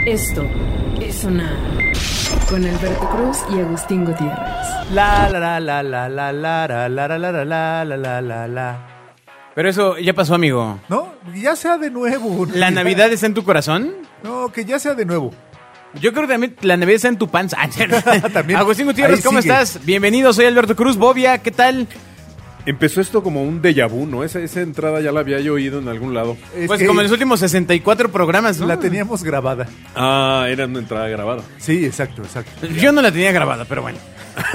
Esto es Sonar con Alberto Cruz y Agustín Gutiérrez. La la la la la la la la la la la la la la la. Pero eso ya pasó, amigo. No, ya sea de nuevo. ¿La Navidad está en tu corazón? No, que ya sea de nuevo. Yo creo que también la Navidad está en tu panza. También. Agustín Gutiérrez, Ahí ¿cómo sigue. estás? Bienvenido, soy Alberto Cruz. Bobia, ¿qué tal? Empezó esto como un déjà vu, ¿no? Esa entrada ya la había yo oído en algún lado. Es Pues que como en los últimos 64 programas, ¿no? la teníamos grabada. Ah, era una entrada grabada. Sí, exacto. Yo no la tenía grabada, pero bueno.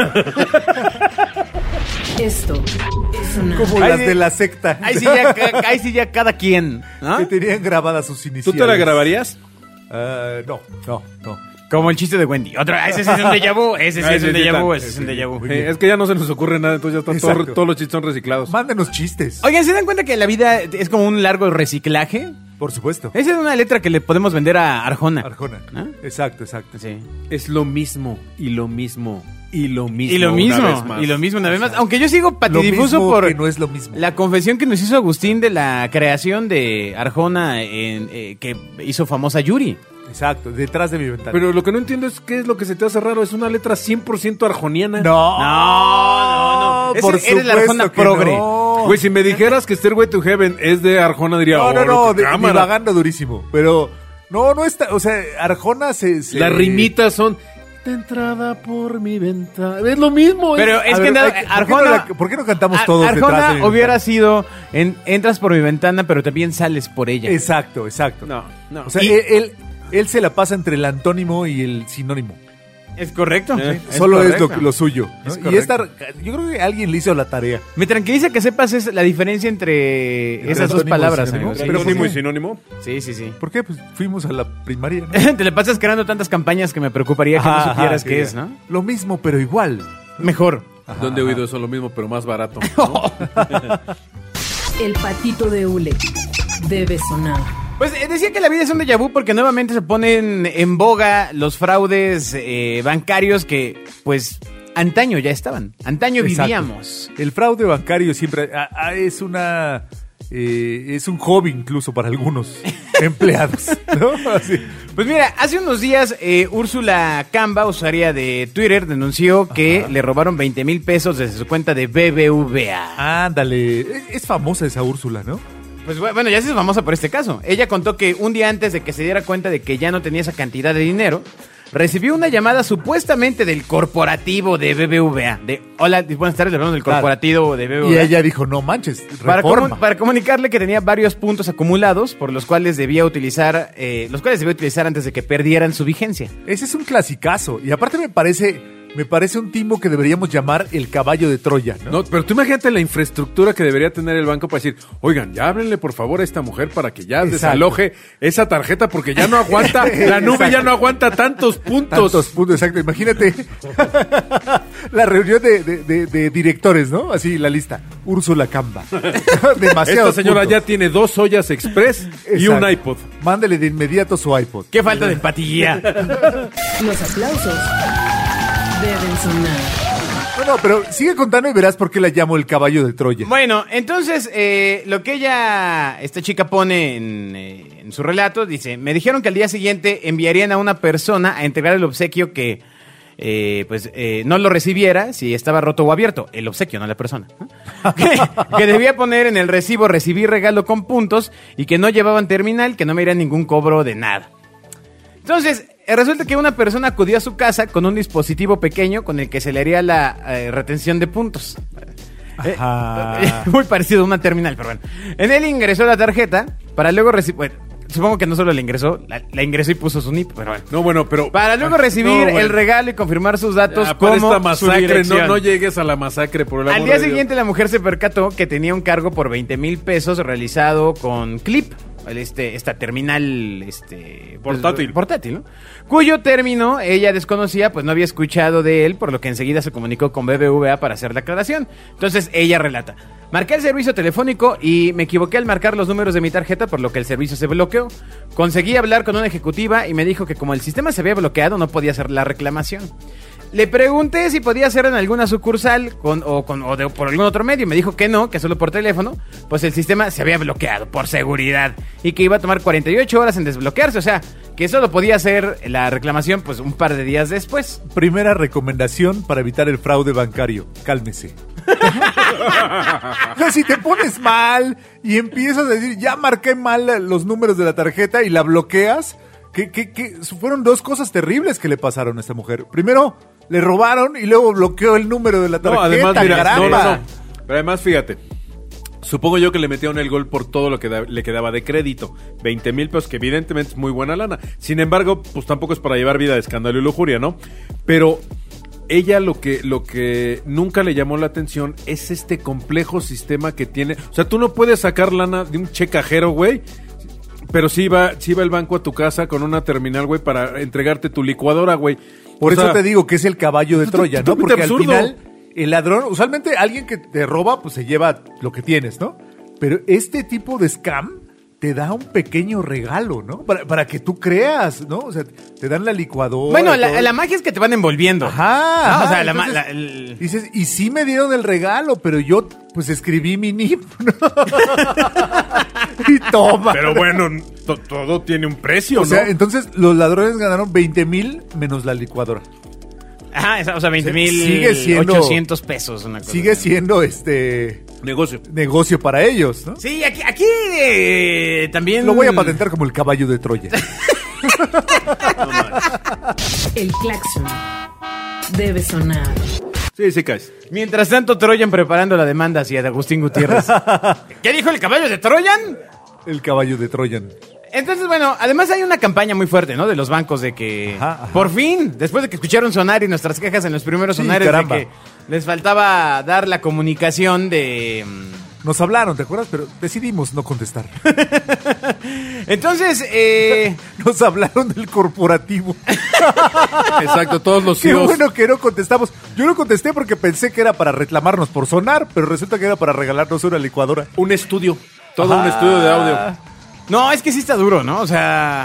Esto es Sonar. Como Ay, las sí. de la secta. Ahí sí ya cada quien, ¿no? Que tenían grabadas sus iniciales. ¿Tú te la grabarías? No. Como el chiste de Wendy. Ese sí es un déjà vu, ese sí es un déjà vu, ese es un déjà vu. bien. Es que ya no se nos ocurre nada, entonces ya están Exacto. todos los chistes son reciclados. Mándenos chistes. Oigan, ¿se dan cuenta que la vida es como un largo reciclaje? Por supuesto. Esa es una letra que le podemos vender a Arjona. Arjona. ¿Ah? Exacto. Sí. Es lo mismo, y lo mismo, y lo mismo. Y lo mismo, una vez más. y lo mismo una vez más. Aunque yo sigo Lo patidifuso mismo por que no es lo mismo. la confesión que nos hizo Agustín de la creación de Arjona que hizo famosa Yuri. Exacto, detrás de mi ventana. Pero lo que no entiendo es qué es lo que se te hace raro. Es una letra 100% arjoniana. No. por Eres la supuesto Arjona que progre. no. Güey, si me dijeras que Stairway to Heaven es de Arjona, diría, No, qué cámara. divagando durísimo. Pero no está, o sea, Arjona se... Las rimitas son de entrada por mi ventana. Es lo mismo. Pero es A que ver, Arjona... ¿por qué no cantamos todos detrás de Arjona mi hubiera ventana? sido entras por mi ventana, pero también sales por ella. Exacto. No. O sea, él se la pasa entre el antónimo y el sinónimo. Es correcto. Solo correcto. es lo suyo, ¿no? Es Y correcto. yo creo que alguien le hizo la tarea. Me tranquiliza que sepas la diferencia entre esas dos antónimo y palabras, sinónimo. amigo. Pero Sí, Sinónimo sí, y sinónimo. sí. ¿Por qué? Pues fuimos a la primaria, ¿no? Te le pasas creando tantas campañas que me preocuparía que no supieras qué es, ¿no? Lo mismo, pero igual. Mejor. ¿Dónde he oído eso? Lo mismo, pero más barato. El patito de hule debe sonar. Pues decía que la vida es un déjà vu porque nuevamente se ponen en boga los fraudes bancarios que, pues, antaño ya estaban. Antaño Exacto. vivíamos. El fraude bancario siempre es una... es un hobby incluso para algunos empleados, ¿no? Así. Pues mira, hace unos días Úrsula Camba, usuaria de Twitter, denunció que le robaron 20,000 pesos desde su cuenta de BBVA. Ándale, es famosa esa Úrsula, ¿no? Pues bueno, ya se hizo famosa por este caso. Ella contó que un día antes de que se diera cuenta de que ya no tenía esa cantidad de dinero, recibió una llamada supuestamente del corporativo de BBVA. Hola, buenas tardes, le hablamos del corporativo de BBVA. Y ella dijo, no manches, reforma. Para comunicarle que tenía varios puntos acumulados por los cuales debía utilizar antes de que perdieran su vigencia. Ese es un clasicazo. Y aparte me parece un timo que deberíamos llamar el caballo de Troya, ¿no? No, pero tú imagínate la infraestructura que debería tener el banco para decir, oigan, ya háblenle por favor a esta mujer para que ya Exacto. desaloje esa tarjeta porque ya no aguanta, la nube Exacto. ya no aguanta tantos puntos. Tantos puntos, exacto. Imagínate la reunión de directores, ¿no? Así la lista. Úrsula Camba. Demasiado. Esta señora ya tiene 2 ollas express y un iPod. Mándele de inmediato su iPod. ¡Qué falta de empatía! Los aplausos deben sonar. No, pero sigue contando y verás por qué la llamo el caballo de Troya. Bueno, entonces, lo que esta chica pone en su relato, dice, me dijeron que al día siguiente enviarían a una persona a entregar el obsequio que, no lo recibiera si estaba roto o abierto. El obsequio, no la persona. ¿No? que debía poner en el recibo recibir regalo con puntos y que no llevaban terminal, que no me iría ningún cobro de nada. Entonces, resulta que una persona acudió a su casa con un dispositivo pequeño con el que se le haría la retención de puntos. Muy parecido a una terminal, pero bueno. En él ingresó la tarjeta para luego recibir... Bueno, supongo que no solo la ingresó, la ingresó y puso su NIP, pero bueno. No, bueno, pero... Para luego recibir el regalo y confirmar sus datos para como esta su masacre, dirección. no llegues a la masacre por el amor Al día de Dios. siguiente la mujer se percató que tenía un cargo por 20,000 pesos realizado con Clip, esta terminal portátil, ¿no? Cuyo término ella desconocía, pues no había escuchado de él, por lo que enseguida se comunicó con BBVA para hacer la aclaración. Entonces ella relata: marqué el servicio telefónico y me equivoqué al marcar los números de mi tarjeta, por lo que el servicio se bloqueó. Conseguí hablar con una ejecutiva y me dijo que como el sistema se había bloqueado no podía hacer la reclamación. Le pregunté si podía hacerlo en alguna sucursal por algún otro medio. Me dijo que no, que solo por teléfono. Pues el sistema se había bloqueado por seguridad y que iba a tomar 48 horas en desbloquearse. O sea, que solo podía hacer la reclamación pues un par de días después. Primera recomendación para evitar el fraude bancario. Cálmese. O sea, si te pones mal y empiezas a decir, ya marqué mal los números de la tarjeta y la bloqueas, que fueron dos cosas terribles que le pasaron a esta mujer. Primero, le robaron y luego bloqueó el número de la tarjeta. No, además, mira, caramba. no. Pero además, fíjate. Supongo yo que le metieron el gol por todo lo que le quedaba de crédito. 20,000 pesos, que evidentemente es muy buena lana. Sin embargo, pues tampoco es para llevar vida de escándalo y lujuria, ¿no? Pero ella lo que nunca le llamó la atención es este complejo sistema que tiene. O sea, tú no puedes sacar lana de un checajero, güey. Pero sí va el banco a tu casa con una terminal, güey, para entregarte tu licuadora, güey. Por eso te digo que es el caballo de Troya, ¿no? Porque al final, el ladrón, usualmente alguien que te roba, pues se lleva lo que tienes, ¿no? Pero este tipo de scam te da un pequeño regalo, ¿no? Para que tú creas, ¿no? O sea, te dan la licuadora. Bueno, la magia es que te van envolviendo. Ajá. ¿no? O sea, entonces, dices, y sí me dieron el regalo, pero yo, pues escribí mi NIP, ¿no? Y toma. Pero bueno, todo tiene un precio, o ¿no? sea, entonces los ladrones ganaron 20,000 menos la licuadora. Ajá, o sea, 20,000, sigue siendo 800 pesos. Una cosa sigue así. siendo negocio para ellos, ¿no? Sí, aquí también... Lo voy a patentar como el caballo de Troya. El claxon debe sonar. Sí, caes. Mientras tanto, Troyan preparando la demanda hacia Agustín Gutiérrez. ¿Qué dijo el caballo de Troyan? El caballo de Troyan. Entonces, bueno, además hay una campaña muy fuerte, ¿no? De los bancos de que, Ajá. por fin, después de que escucharon sonar y nuestras quejas en los primeros Sí, sonares caramba. de que les faltaba dar la comunicación de... Nos hablaron, ¿te acuerdas? Pero decidimos no contestar. Entonces, Nos hablaron del corporativo. Exacto, todos los Qué CEOs. bueno que no contestamos. Yo no contesté porque pensé que era para reclamarnos por sonar, pero resulta que era para regalarnos una licuadora. Un estudio. Todo Ajá. un estudio de audio. no, es que sí está duro, ¿no? O sea...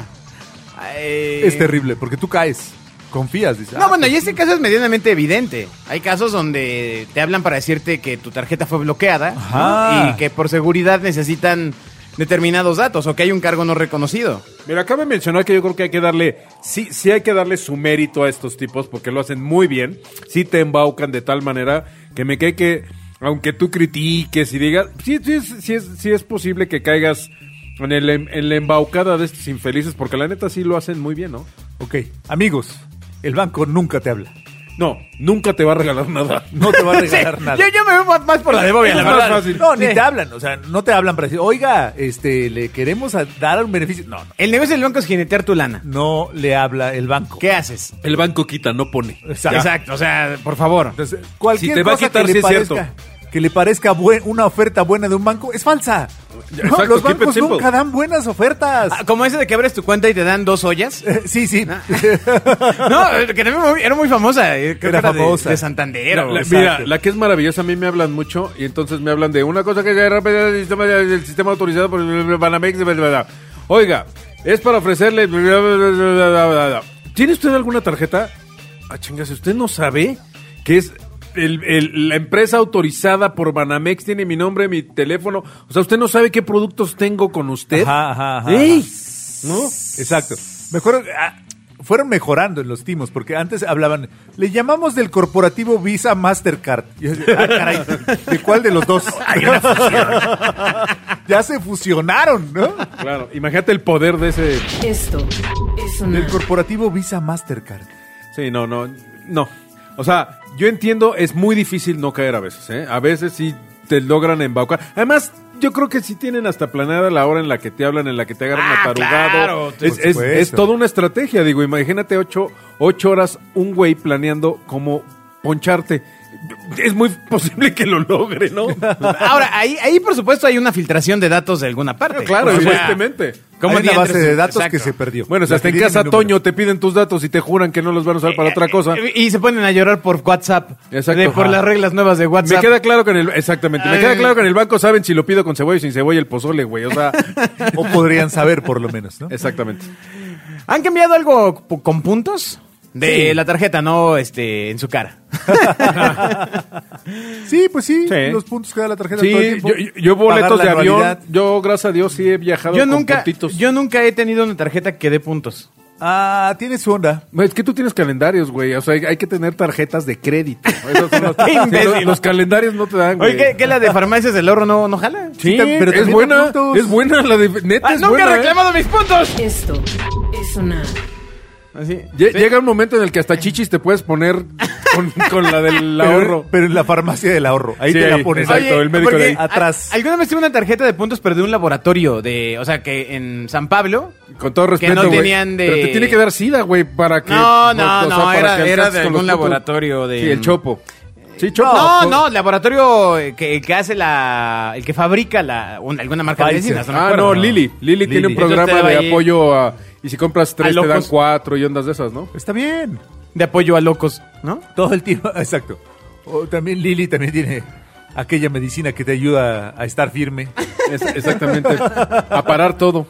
Es terrible, porque tú caes. Confías, dices. No, bueno, y este caso es medianamente evidente. Hay casos donde te hablan para decirte que tu tarjeta fue bloqueada, Ajá. ¿no? Y que por seguridad necesitan determinados datos o que hay un cargo no reconocido. Mira, cabe mencionar que yo creo que hay que darle, sí hay que darle su mérito a estos tipos porque lo hacen muy bien. Sí te embaucan de tal manera que me cae que, aunque tú critiques y digas, sí es posible que caigas en la embaucada de estos infelices porque la neta sí lo hacen muy bien, ¿no? Ok, amigos, el banco nunca te habla. No, nunca te va a regalar nada. No te va a regalar Sí, nada. yo me veo más por la de Bobia, Es la más verdad. fácil. No, ni Sí. te hablan, o sea, no te hablan para decir, oiga, le queremos dar un beneficio. No, El negocio del banco es jinetear tu lana. no le habla el banco. ¿Qué haces? El banco quita, no pone. Exacto, o sea, por favor. Entonces, cualquier Si te va a cosa quitar, que sí le es cierto. parezca, que le parezca una oferta buena de un banco, es falsa. No, Exacto, los keep it bancos simple. nunca dan buenas ofertas. Ah, como ese de que abres tu cuenta y te dan 2 ollas. Sí. No, que también era muy famosa. Creo que Era famosa. De Santander. o- Mira, la que es maravillosa, a mí me hablan mucho y entonces me hablan de una cosa que de repente el sistema autorizado por el Banamex. Oiga, es para ofrecerle... ¿Tiene usted alguna tarjeta? Ah, chinga, si usted no sabe que es la empresa autorizada por Banamex, tiene mi nombre, mi teléfono. O sea, usted no sabe qué productos tengo con usted. Ajá. ¡Ey! ¿No? Exacto. Fueron mejorando en los timos, porque antes hablaban, le llamamos del corporativo Visa Mastercard. Y yo decía, caray, ¿de cuál de los dos? Hay una fusión. Ya se fusionaron, ¿no? Claro, imagínate el poder de ese... Esto es sonar. Del corporativo Visa Mastercard. Sí, no. O sea, yo entiendo, es muy difícil no caer a veces, ¿eh? A veces sí te logran embaucar. Además, yo creo que sí tienen hasta planeada la hora en la que te hablan, en la que te agarran atarugado. claro, por Es toda una estrategia, digo, imagínate 8 horas un güey planeando cómo poncharte. Es muy posible que lo logre, ¿no? Ahora, ahí por supuesto hay una filtración de datos de alguna parte. Claro, O sea, evidentemente. ¿cómo Hay una diantres? base de datos Exacto. que se perdió. Bueno, o sea, hasta en La que casa tiene mi número. Toño te piden tus datos y te juran que no los van a usar para otra cosa. Y se ponen a llorar por WhatsApp. Exacto. Por Ajá. las reglas nuevas de WhatsApp. Me queda claro que exactamente, me queda claro que en el banco saben si lo pido con cebolla o sin cebolla el pozole, güey, o sea, O podrían saber, por lo menos, ¿no? exactamente. ¿Han cambiado algo con puntos? De Sí. la tarjeta, no en su cara. Sí, pues sí, Sí. los puntos que da la tarjeta Sí, todo el tiempo. yo boletos Pagar de la avión, anualidad. yo gracias a Dios sí he viajado Yo con nunca, puntitos. yo nunca he tenido una tarjeta que dé puntos. Ah, tiene su onda. Es que tú tienes calendarios, güey. O sea, hay que tener tarjetas de crédito. Esos son los, Qué imbécil. los calendarios no te dan, güey. Oye, ¿qué la de farmacias del ahorro no jala? Sí, pero es también buena. da puntos. Es buena la de neta. Es ¡Nunca buena, he reclamado mis puntos! Esto es sonar. Así. Llega un momento en el que hasta chichis te puedes poner con la del ahorro. Pero en la farmacia del ahorro. Ahí Sí, te la ahí, pones. exacto. el médico porque de ahí. Atrás. Alguna vez tuve una tarjeta de puntos, pero de un laboratorio o sea, que en San Pablo. Con todo respeto, no güey. tenían de- Pero te tiene que dar sida, güey, para que... No, o sea, para que era alcances de con algún los puntos. laboratorio de... Sí, el Chopo. Sí, Chopo. No, laboratorio que hace el que fabrica alguna marca de Pfizer. medicinas. me Ah, acuerdo. no, Lili. Lili tiene un Entonces programa te daba de ahí- apoyo a... Y si compras 3 te dan locos. 4 y ondas de esas, ¿no? Está bien. De apoyo a locos, ¿no? Todo el tiempo. Exacto. O también Lili también tiene aquella medicina que te ayuda a estar firme. Exactamente. A parar todo.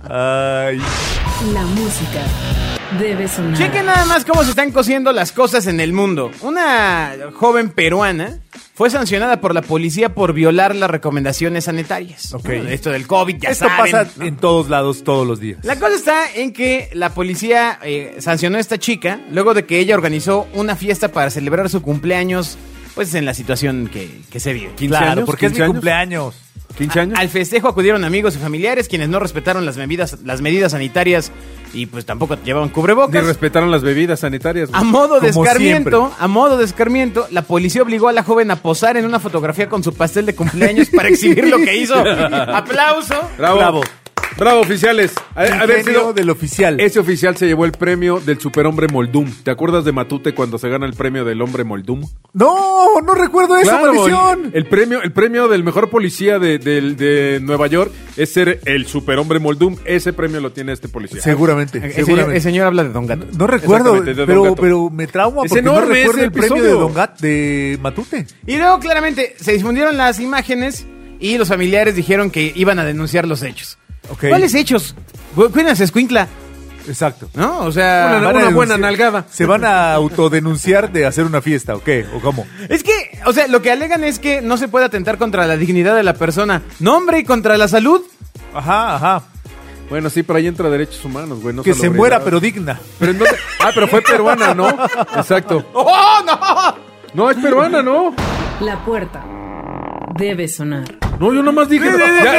Ay. La música debe sonar. Chequen nada más cómo se están cosiendo las cosas en el mundo. Una joven peruana fue sancionada por la policía por violar las recomendaciones sanitarias. Ok. ¿No? Esto del COVID, ya Esto saben. pasa ¿no? en todos lados, todos los días. La cosa está en que la policía sancionó a esta chica luego de que ella organizó una fiesta para celebrar su cumpleaños, pues en la situación que se vive. 15 Claro, años, porque es mi 15 años. cumpleaños. 15 años. Al festejo acudieron amigos y familiares quienes no respetaron las medidas sanitarias y pues tampoco llevaban Ni cubrebocas. respetaron las bebidas sanitarias. güey. A modo de Como escarmiento, la policía obligó a la joven a posar en una fotografía con su pastel de cumpleaños para exhibir lo que hizo. ¡Aplauso! Bravo. Bravo, oficiales. Haber Ingenio sido... del oficial. Ese oficial se llevó el premio del superhombre Moldum. ¿Te acuerdas de Matute cuando se gana el premio del hombre Moldum? No recuerdo esa maldición. el premio del mejor policía de Nueva York es ser el superhombre Moldum. Ese premio lo tiene este policía. Seguramente, El señor habla de Don Gato. No recuerdo, Exactamente, de Don Gato. pero me trauma Es porque no enorme recuerdo ese el premio episodio. de Don Gat de Matute. Y luego claramente se difundieron las imágenes y los familiares dijeron que iban a denunciar los hechos. Ok. ¿Cuáles hechos? Cuídense, escuincla, Exacto. ¿no? O sea... Una Van a buena denunciar- nalgada. ¿Se van a autodenunciar de hacer una fiesta o qué? ¿O cómo? Es que, o sea, lo que alegan es que no se puede atentar contra la dignidad de la persona. No, hombre, y contra la salud. Ajá. Bueno, sí, pero ahí entra derechos humanos, güey. No Que se salubridad. muera, pero digna. Pero ¿en dónde? Pero fue peruana, ¿no? Exacto. ¡Oh, no! No, es peruana, ¿no? La puerta debe sonar. No, yo nomás dije.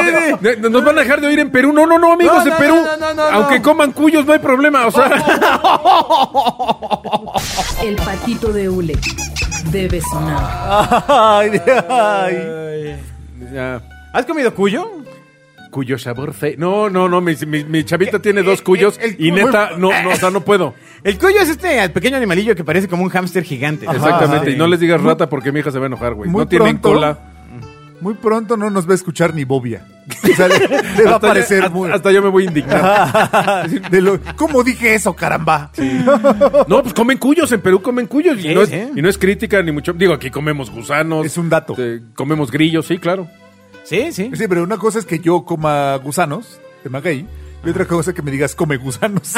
Nos van a dejar de oír en Perú. No, amigos No, de no, Perú. no. Aunque coman cuyos, no hay problema. O sea, El patito de hule debe sonar. Ay. ya. ¿Has comido cuyo? Cuyo sabor feo. No, mi chavita tiene 2 cuyos y neta, no, o sea, no puedo. El cuyo es este pequeño animalillo que parece como un hámster gigante. Ajá. Exactamente. sí. Y no les digas rata porque mi hija se va a enojar, güey. Muy No tienen pronto. cola. Muy pronto no nos va a escuchar ni Bobia. O sea, le va a parecer muy... Hasta yo me voy a indignar. ¿Cómo dije eso, caramba? No, pues comen cuyos, en Perú comen cuyos. Sí, y, no es, sí. y no es crítica ni mucho. Digo, aquí comemos gusanos. Es un dato. Comemos grillos, sí, claro. Sí. Sí, pero una cosa es que yo coma gusanos de maguey y otra cosa es que me digas come gusanos.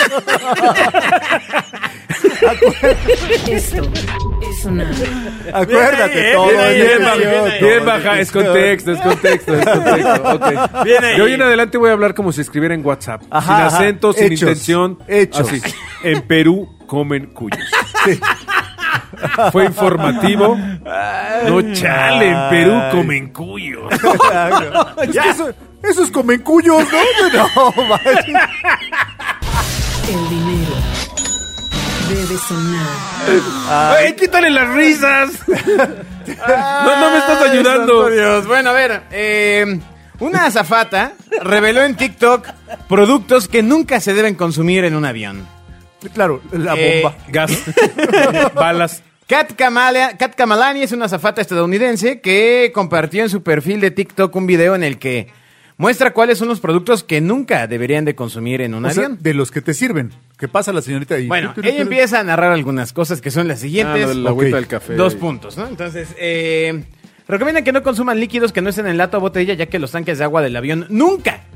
Esto es sonar. Acuérdate todo. Bien baja, es contexto. Ok. Bien ahí. De hoy en adelante voy a hablar como si escribiera en WhatsApp. Ajá, sin ajá. acento, sin Hechos. intención. Hechos. Así. En Perú comen cuyos. Sí. Fue informativo. No, chale, en Perú comen cuyos. Es que esos comen cuyos, ¿no? No, vaya. El dinero debe sonar. ¡Ay, quítale las risas! No me estás ayudando. Santo Dios. Bueno, a ver, una azafata reveló en TikTok productos que nunca se deben consumir en un avión. Claro, la bomba. Gas. Balas. Kat Kamalani es una azafata estadounidense que compartió en su perfil de TikTok un video en el que muestra cuáles son los productos que nunca deberían de consumir en un O sea, avión. de los que te sirven. ¿Qué pasa la señorita ahí? Bueno, ella empieza a narrar algunas cosas que son las siguientes. La agüita Ok. del café. 2 puntos, ¿no? Entonces, recomiendan que no consuman líquidos que no estén en lata o botella, ya que los tanques de agua del avión nunca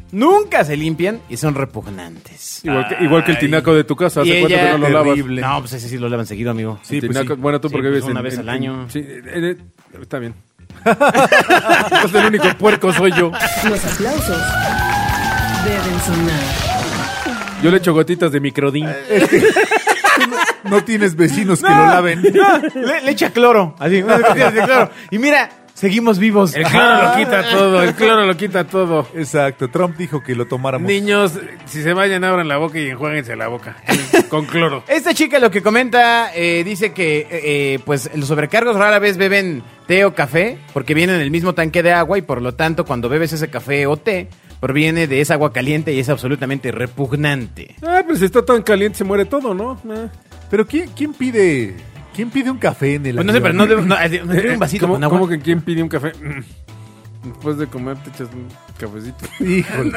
nunca se limpian y son repugnantes. Igual que el tinaco de tu casa. Y ¿Hace cuánto ella- que no lo lavas? terrible. No, pues ese sí lo lavan seguido, amigo. Sí, El pues tinaco- sí. Bueno, tú Sí, porque pues vives una vez al año. Sí, está bien. Pues el único puerco soy yo. Los aplausos deben sonar. Yo le echo gotitas de microdín. No tienes vecinos que lo laven. Le echa cloro. Así, unas gotitas de cloro. Y mira, seguimos vivos. El cloro lo quita todo, el cloro lo quita todo. Exacto, Trump dijo que lo tomáramos. Niños, si se vayan, abran la boca y enjuáguense la boca. Con cloro. Esta chica lo que comenta, dice que pues los sobrecargos rara vez beben té o café porque vienen en el mismo tanque de agua y por lo tanto cuando bebes ese café o té proviene de esa agua caliente y es absolutamente repugnante. Ah, pero si está tan caliente se muere todo, ¿no? Pero ¿quién pide un café en el Pues no sé, pero avión? no me trae un vasito ¿Cómo, con agua. cómo que quién pide un café? Después de comer te echas un cafecito. Híjole.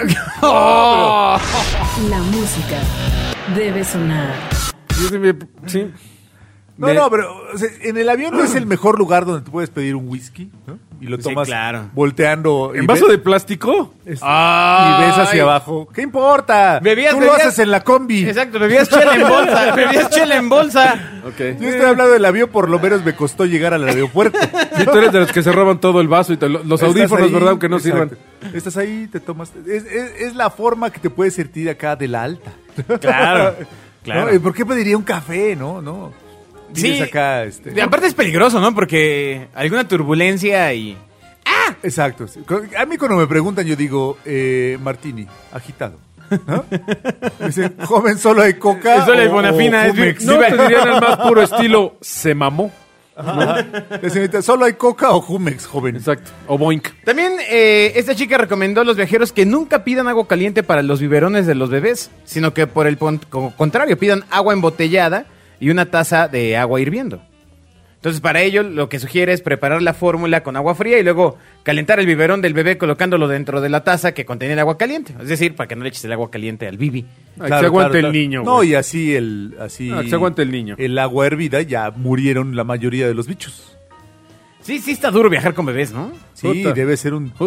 La música debe sonar. Yo sí. No, pero o sea, en el avión no es el mejor lugar donde tú puedes pedir un whisky, ¿no? Y lo Sí, tomas claro. volteando. ¿En vaso de plástico? y ves hacia abajo. ¿Qué importa? Tú lo haces en la combi. Exacto, bebías chela en bolsa. Bebías chela en bolsa. Ok. Yo estoy hablando del avión, por lo menos me costó llegar al aeropuerto. Sí, tú eres de los que se roban todo el vaso y los audífonos, Estás ahí, ¿verdad? Aunque no exacto. sirvan. Estás ahí, te tomas. Es la forma que te puedes sentir acá de la alta. Claro, claro. ¿No? ¿Y por qué pediría un café, no? Vienes Sí. acá, Y aparte es peligroso, ¿no? Porque alguna turbulencia y... Exacto. Sí. A mí cuando me preguntan yo digo, Martini, agitado. ¿No? Me dicen, joven, solo hay coca. Solo hay o Bonafina, es Jumex. No, te dirían al más puro estilo, se mamó. Ajá. La señorita, solo hay coca o Jumex, joven. Exacto. O boink. También esta chica recomendó a los viajeros que nunca pidan agua caliente para los biberones de los bebés, sino que por el contrario, pidan agua embotellada y una taza de agua hirviendo. Entonces, para ello, lo que sugiere es preparar la fórmula con agua fría y luego calentar el biberón del bebé colocándolo dentro de la taza que contiene el agua caliente. Es decir, para que no le eches el agua caliente al bibi. Ay, que se aguante el claro. niño. No, güey. y así Que se aguante el niño. El agua hervida, ya murieron la mayoría de los bichos. Sí está duro viajar con bebés, ¿no? Sí, Puta. debe ser un...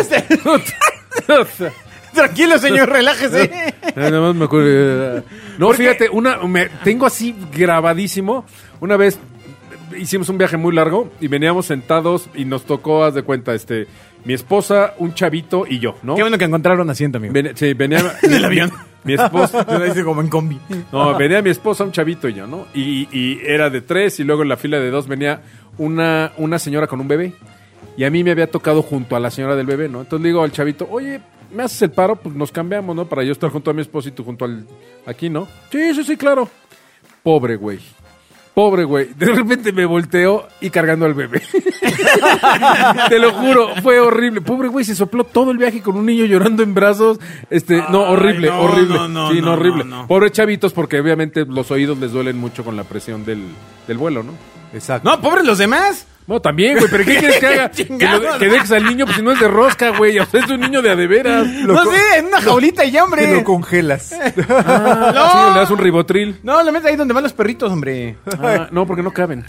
Tranquilo, señor, relájese. Nada más me acuerdo. No, fíjate, tengo así grabadísimo. Una vez hicimos un viaje muy largo y veníamos sentados y nos tocó, haz de cuenta, mi esposa, un chavito y yo, ¿no? Qué bueno que encontraron asiento, amigo. Sí, venía En el avión. mi esposa. Yo lo hice como en combi. No, venía mi esposa, un chavito y yo, ¿no? Y era de 3 y luego en la fila de 2 venía una señora con un bebé. Y a mí me había tocado junto a la señora del bebé, ¿no? Entonces le digo al chavito, oye, ¿me haces el paro? Pues nos cambiamos, ¿no? Para yo estar junto a mi esposa y tú junto al... Aquí, ¿no? Sí, claro. Pobre güey. De repente me volteo y cargando al bebé. Te lo juro, fue horrible. Pobre güey, se sopló todo el viaje con un niño llorando en brazos. Horrible. no, Horrible. no. Pobres chavitos, porque obviamente los oídos les duelen mucho con la presión del vuelo, ¿no? Exacto. No, pobres los demás. No, también, güey, pero ¿qué quieres que haga? Chingados. Que dejes al niño, pues si no es de rosca, güey. O sea, es un niño de a de veras. No sé, en una jaulita y ya, hombre. Que lo congelas. Ah, sí, le das un ribotril. No, lo metes ahí donde van los perritos, hombre. Ah, no, porque no caben.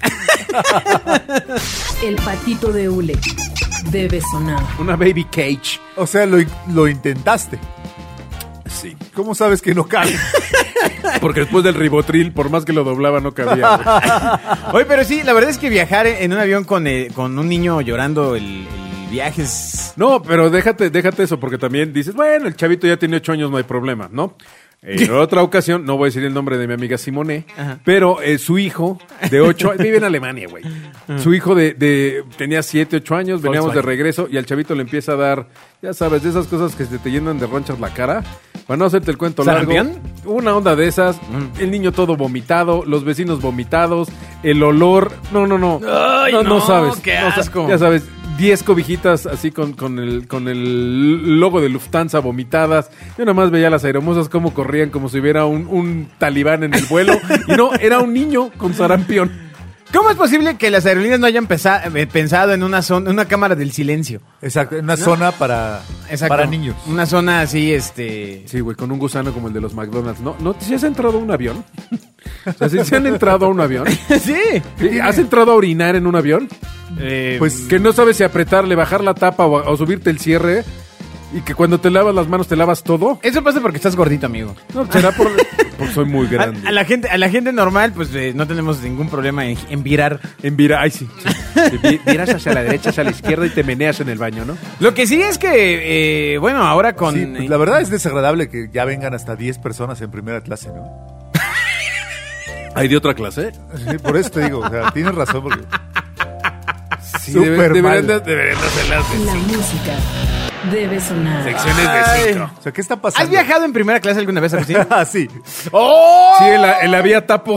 El patito de hule debe sonar. Una baby cage. O sea, lo intentaste. Sí. ¿Cómo sabes que no cabe? Porque después del ribotril, por más que lo doblaba, no cabía. Güey. Oye, pero sí, la verdad es que viajar en un avión con un niño llorando el viaje es... No, pero déjate eso, porque también dices, bueno, el chavito ya tiene 8 años, no hay problema, ¿no? En otra ocasión, no voy a decir el nombre de mi amiga Simone, Ajá. pero su hijo de 8 años, vive en Alemania, güey. Su hijo tenía 7, 8 años, veníamos de Volkswagen. regreso y al chavito le empieza a dar, ya sabes, de esas cosas que se te llenan de ronchas la cara. Para no hacerte el cuento largo, ¿Sarampión? una onda de esas, el niño todo vomitado, los vecinos vomitados, el olor, no. Ay, no no, sabes. qué no sa- asco. ya sabes, 10 cobijitas así con el logo de Lufthansa vomitadas. Yo nada más veía a las aeromosas cómo corrían como si hubiera un talibán en el vuelo. Y no, era un niño con sarampión. ¿Cómo es posible que las aerolíneas no hayan pensado en una zona, una cámara del silencio? Exacto, en una zona para niños. Una zona así, Sí, güey, con un gusano como el de los McDonald's. ¿No ¿sí has entrado a un avión? O sea, ¿sí se han entrado a un avión? sí. ¿Sí? ¿Has entrado a orinar en un avión? Pues Que no sabes si apretarle, bajar la tapa o subirte el cierre. Y que cuando te lavas las manos te lavas todo. Eso pasa porque estás gordito, amigo. No, será porque soy muy grande. A la gente normal, pues no tenemos ningún problema en virar. Ay, sí. Miras hacia la derecha, hacia la izquierda y te meneas en el baño, ¿no? Lo que sí es que, bueno, ahora con... Sí, pues, la verdad es desagradable que ya vengan hasta 10 personas en primera clase, ¿no? ¿Hay de otra clase? Sí, por eso te digo, o sea, tienes razón porque... Sí, Súper deberían mal. de hacerlas. La música debe sonar. Secciones de 5. O sea, ¿qué está pasando? ¿Has viajado en primera clase alguna vez, Agustín? Ah, sí. ¡Oh! Sí, en la vía tapo.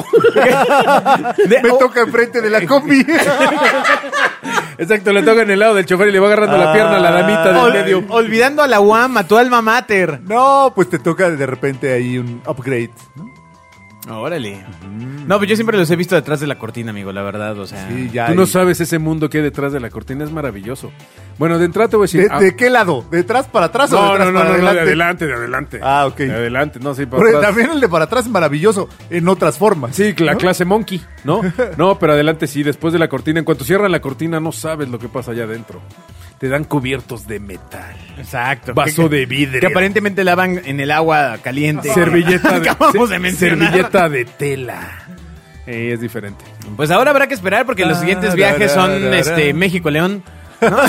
Me toca enfrente de la combi. Exacto, le toca en el lado del chofer y le va agarrando la pierna a la damita del medio. Olvidando a la UAM, a tu alma mater. No, pues te toca de repente ahí un upgrade, ¿no? Órale. No, pues yo siempre los he visto detrás de la cortina, amigo, la verdad, o sea... Sí, ya. Tú no sabes ese mundo que hay detrás de la cortina, es maravilloso. Bueno, de entrada te voy a decir... ¿De qué lado? ¿De atrás para atrás o de atrás para adelante? de adelante. Ah, ok. De adelante, no, sí, para Pero atrás. también el de para atrás es maravilloso en otras formas. Sí, la ¿no? clase monkey, ¿no? No, pero adelante sí, después de la cortina. En cuanto cierran la cortina, no sabes lo que pasa allá adentro. Te dan cubiertos de metal. Exacto. Vaso de vidrio. Que aparentemente lavan en el agua caliente. Servilleta de, Acabamos de mencionar. servilleta de tela. Es diferente. Pues ahora habrá que esperar porque los siguientes viajes son México-León, ¿no?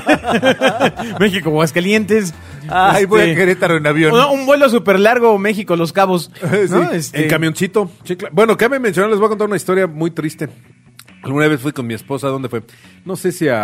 México-Aguascalientes. Ay, voy a Querétaro en avión. Un vuelo súper largo México-Los Cabos, ¿no? Sí. En camioncito. Sí, bueno, cabe mencionar, les voy a contar una historia muy triste. Alguna vez fui con mi esposa, ¿dónde fue? No sé si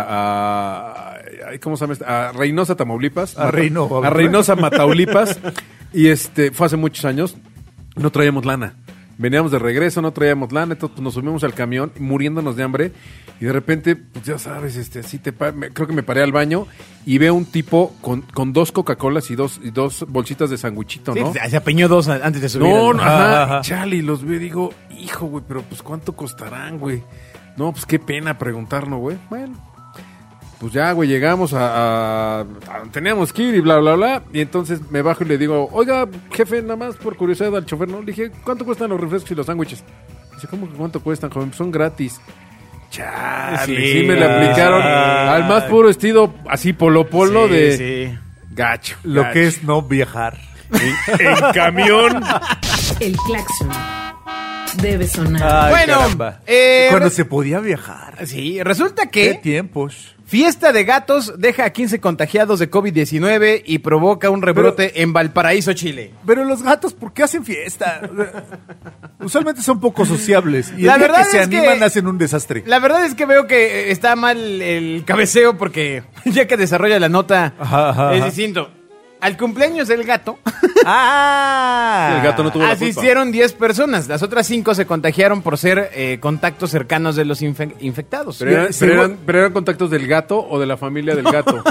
¿cómo se llama? A Reynosa, Tamaulipas. A Reynosa, Mataulipas. Y fue hace muchos años. No traíamos lana. Veníamos de regreso, no traíamos lana, entonces pues, nos subimos al camión muriéndonos de hambre y de repente, pues ya sabes, así creo que me paré al baño y veo un tipo con 2 Coca-Colas y dos bolsitas de sanguichito, ¿no? Sí, se apeñó 2 antes de subir. No, ajá. Ajá. Chale, y los veo y digo, hijo, güey, pero pues ¿cuánto costarán, güey? No, pues qué pena preguntarnos, güey. Bueno, pues ya, güey, llegamos teníamos que ir y bla, bla, bla. Y entonces me bajo y le digo, oiga, jefe, nada más por curiosidad al chofer, ¿no? Le dije, ¿cuánto cuestan los refrescos y los sándwiches? Dice, ¿cómo que cuánto cuestan, joven? Son gratis. Chale, sí me le aplicaron al más puro estilo, así polo de Sí. gacho. Lo que es no viajar. en camión. El claxon debe sonar. Ay, Bueno, caramba. Cuando se podía viajar. Sí, resulta ¿Qué que tiempos? fiesta de gatos deja a 15 contagiados de COVID-19 y provoca un rebrote en Valparaíso, Chile. Pero los gatos, ¿por qué hacen fiesta? Usualmente son poco sociables. Y La el día verdad que se es que- animan hacen un desastre. La verdad es que veo que está mal el cabeceo porque ya que desarrolla la nota Ajá. es distinto. Al cumpleaños del gato ¡Ah! El gato no tuvo la culpa. asistieron 10 personas. Las otras 5 se contagiaron por ser contactos cercanos de los infectados. Pero eran contactos del gato o de la familia del gato.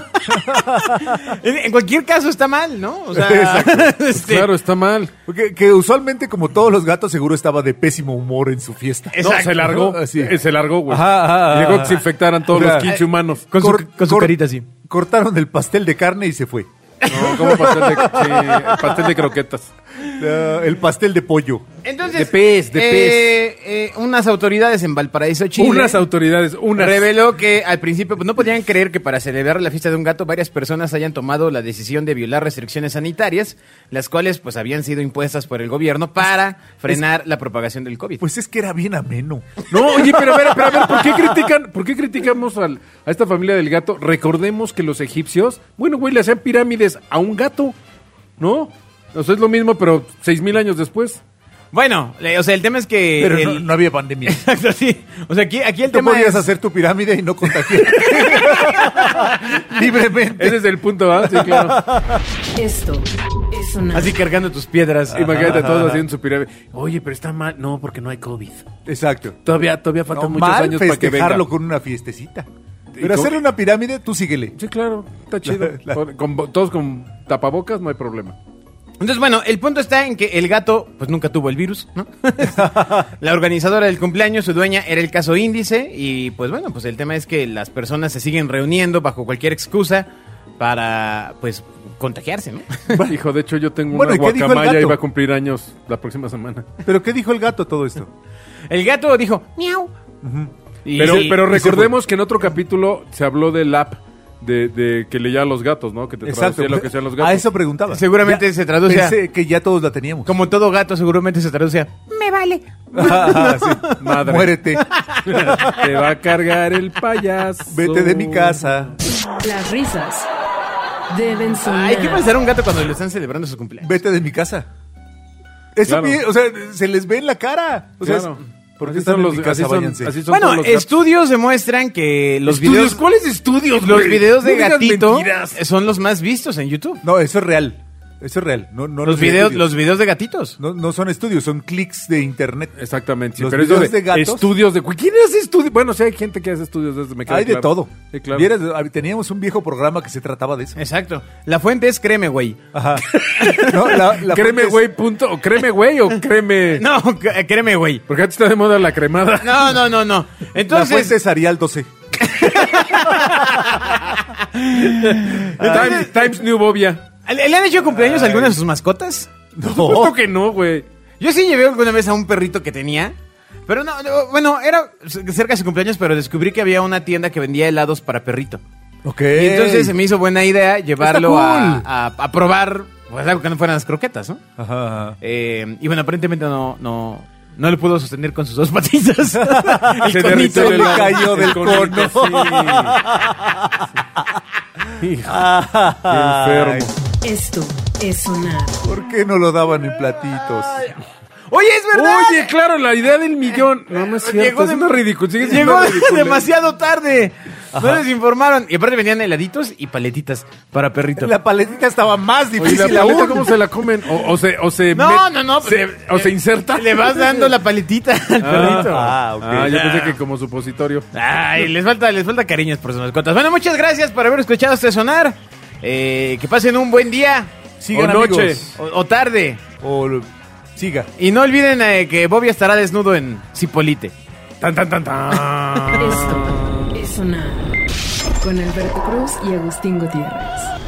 En cualquier caso está mal, ¿no? O sea, Exacto. Claro, está mal. Porque que usualmente, como todos los gatos, seguro estaba de pésimo humor en su fiesta. Exacto. No, se largó. Así. Se largó, güey. Ajá. Llegó que se infectaran todos O sea, los 15 humanos. Con Cor- su cor- carita así. Cortaron el pastel de carne y se fue. No, como pastel de croquetas. El pastel de pollo. Entonces, De pez. Unas autoridades en Valparaíso, Chile, Unas autoridades, reveló que al principio pues, no podían creer que para celebrar la fiesta de un gato varias personas hayan tomado la decisión de violar restricciones sanitarias, las cuales pues habían sido impuestas por el gobierno para frenar la propagación del COVID. Pues es que era bien ameno. No, oye, pero a ver, ¿por qué criticamos a esta familia del gato? Recordemos que los egipcios, bueno, güey, le hacían pirámides a un gato, ¿no? O sea, es lo mismo, pero 6,000 años después. Bueno, o sea, el tema es que... Pero no había pandemia. Exacto, sí. O sea, aquí el Tú tema podías es... hacer tu pirámide y no contagiarte. Libremente. Ese es el punto, ¿verdad? Sí, claro. Esto es sonar. Así cargando tus piedras. Imagínate a todos haciendo su pirámide. Oye, pero está mal. No, porque no hay COVID. Exacto. Todavía faltan No, muchos mal años para que venga. festejarlo con una fiestecita. Pero cómo? hacerle una pirámide, tú síguele. Sí, claro, está chido. Todos con tapabocas, no hay problema. Entonces, bueno, el punto está en que el gato, pues nunca tuvo el virus, ¿no? La organizadora del cumpleaños, su dueña, era el caso índice. Y pues bueno, pues el tema es que las personas se siguen reuniendo bajo cualquier excusa para, pues, contagiarse, ¿no? Hijo, de hecho, yo tengo Bueno, una ¿y qué dijo el guacamaya y gato? va a cumplir años la próxima semana. ¿Pero qué dijo el gato todo esto? El gato dijo, miau. Y Pero sí, pero y se recordemos que en otro capítulo se habló del app de que leía a los gatos, ¿no? Que te traducía lo que sean los gatos. A eso preguntaba. Seguramente se traduce a- Pensé que ya todos la teníamos. Como todo gato, seguramente se traduce a, me vale. Sí. Madre. Muérete. Te va a cargar el payaso. Vete de mi casa. Las risas deben sonar. Ay, ¿qué pensará un gato cuando le están celebrando su cumpleaños? Vete de mi casa. Eso Claro. o sea, se les ve en la cara. O sea, Claro. ¿por qué Así están son en los mi casa? Váyanse. así son Bueno, todos los gatos. estudios demuestran que los ¿Estudios? videos... ¿Cuáles estudios, Los güey? videos de No digas gatito mentiras. son los más vistos en YouTube. No, eso es real. Eso es real. No, Los videos de gatitos. No son estudios, son clics de internet. Exactamente, sí, Los pero eso videos de gatos. estudios de... ¿Quién hace estudios? Bueno, sí hay gente que hace estudios de eso, me queda Hay de claro. todo. Sí, claro. Vieras, teníamos un viejo programa que se trataba de eso. Exacto. La fuente es créeme, güey. Ajá. No, la Créeme, fuente es- güey, punto. ¿O créeme, güey, o créeme? No, créeme, güey. Porque antes está de moda la cremada. No. La fuente Entonces, es Arial 12. Times New Bobia. ¿le han hecho cumpleaños a alguna de sus mascotas? Por supuesto que no, güey. Yo sí llevé alguna vez a un perrito que tenía. Pero bueno, era cerca de su cumpleaños, pero descubrí que había una tienda que vendía helados para perrito. Ok. Y entonces se me hizo buena idea llevarlo Está cool. a probar, pues algo que no fueran las croquetas, ¿no? Ajá. Y bueno, aparentemente no le pudo sostener con sus dos patitas. El Se conito. derritió le helado. cayó del conito, cono. Sí. Hijo, qué enfermo. Esto es sonar. ¿Por qué no lo daban en platitos? Oye, es verdad. Oye, claro, la idea del millón. No es cierto, Llegó es de- una ridícula. sigue siendo Llegó una ridiculez. demasiado tarde. No les informaron. Y aparte venían heladitos y paletitas para perrito. La paletita estaba más Oye, difícil ¿la paleta aún. cómo se la comen? O se No, met- no. se inserta. Le vas dando la paletita al perrito. Ah, ok. Yo pensé que como supositorio. Ay, les falta cariños por sus mascotas. Bueno, muchas gracias por haber escuchado este sonar. Que pasen un buen día. Sigan, O noche. amigos. O tarde. Siga. Y no olviden que Bobby estará desnudo en Cipolite. Tan, tan, tan, tan. Esto es sonar. Con Alberto Cruz y Agustín Gutiérrez.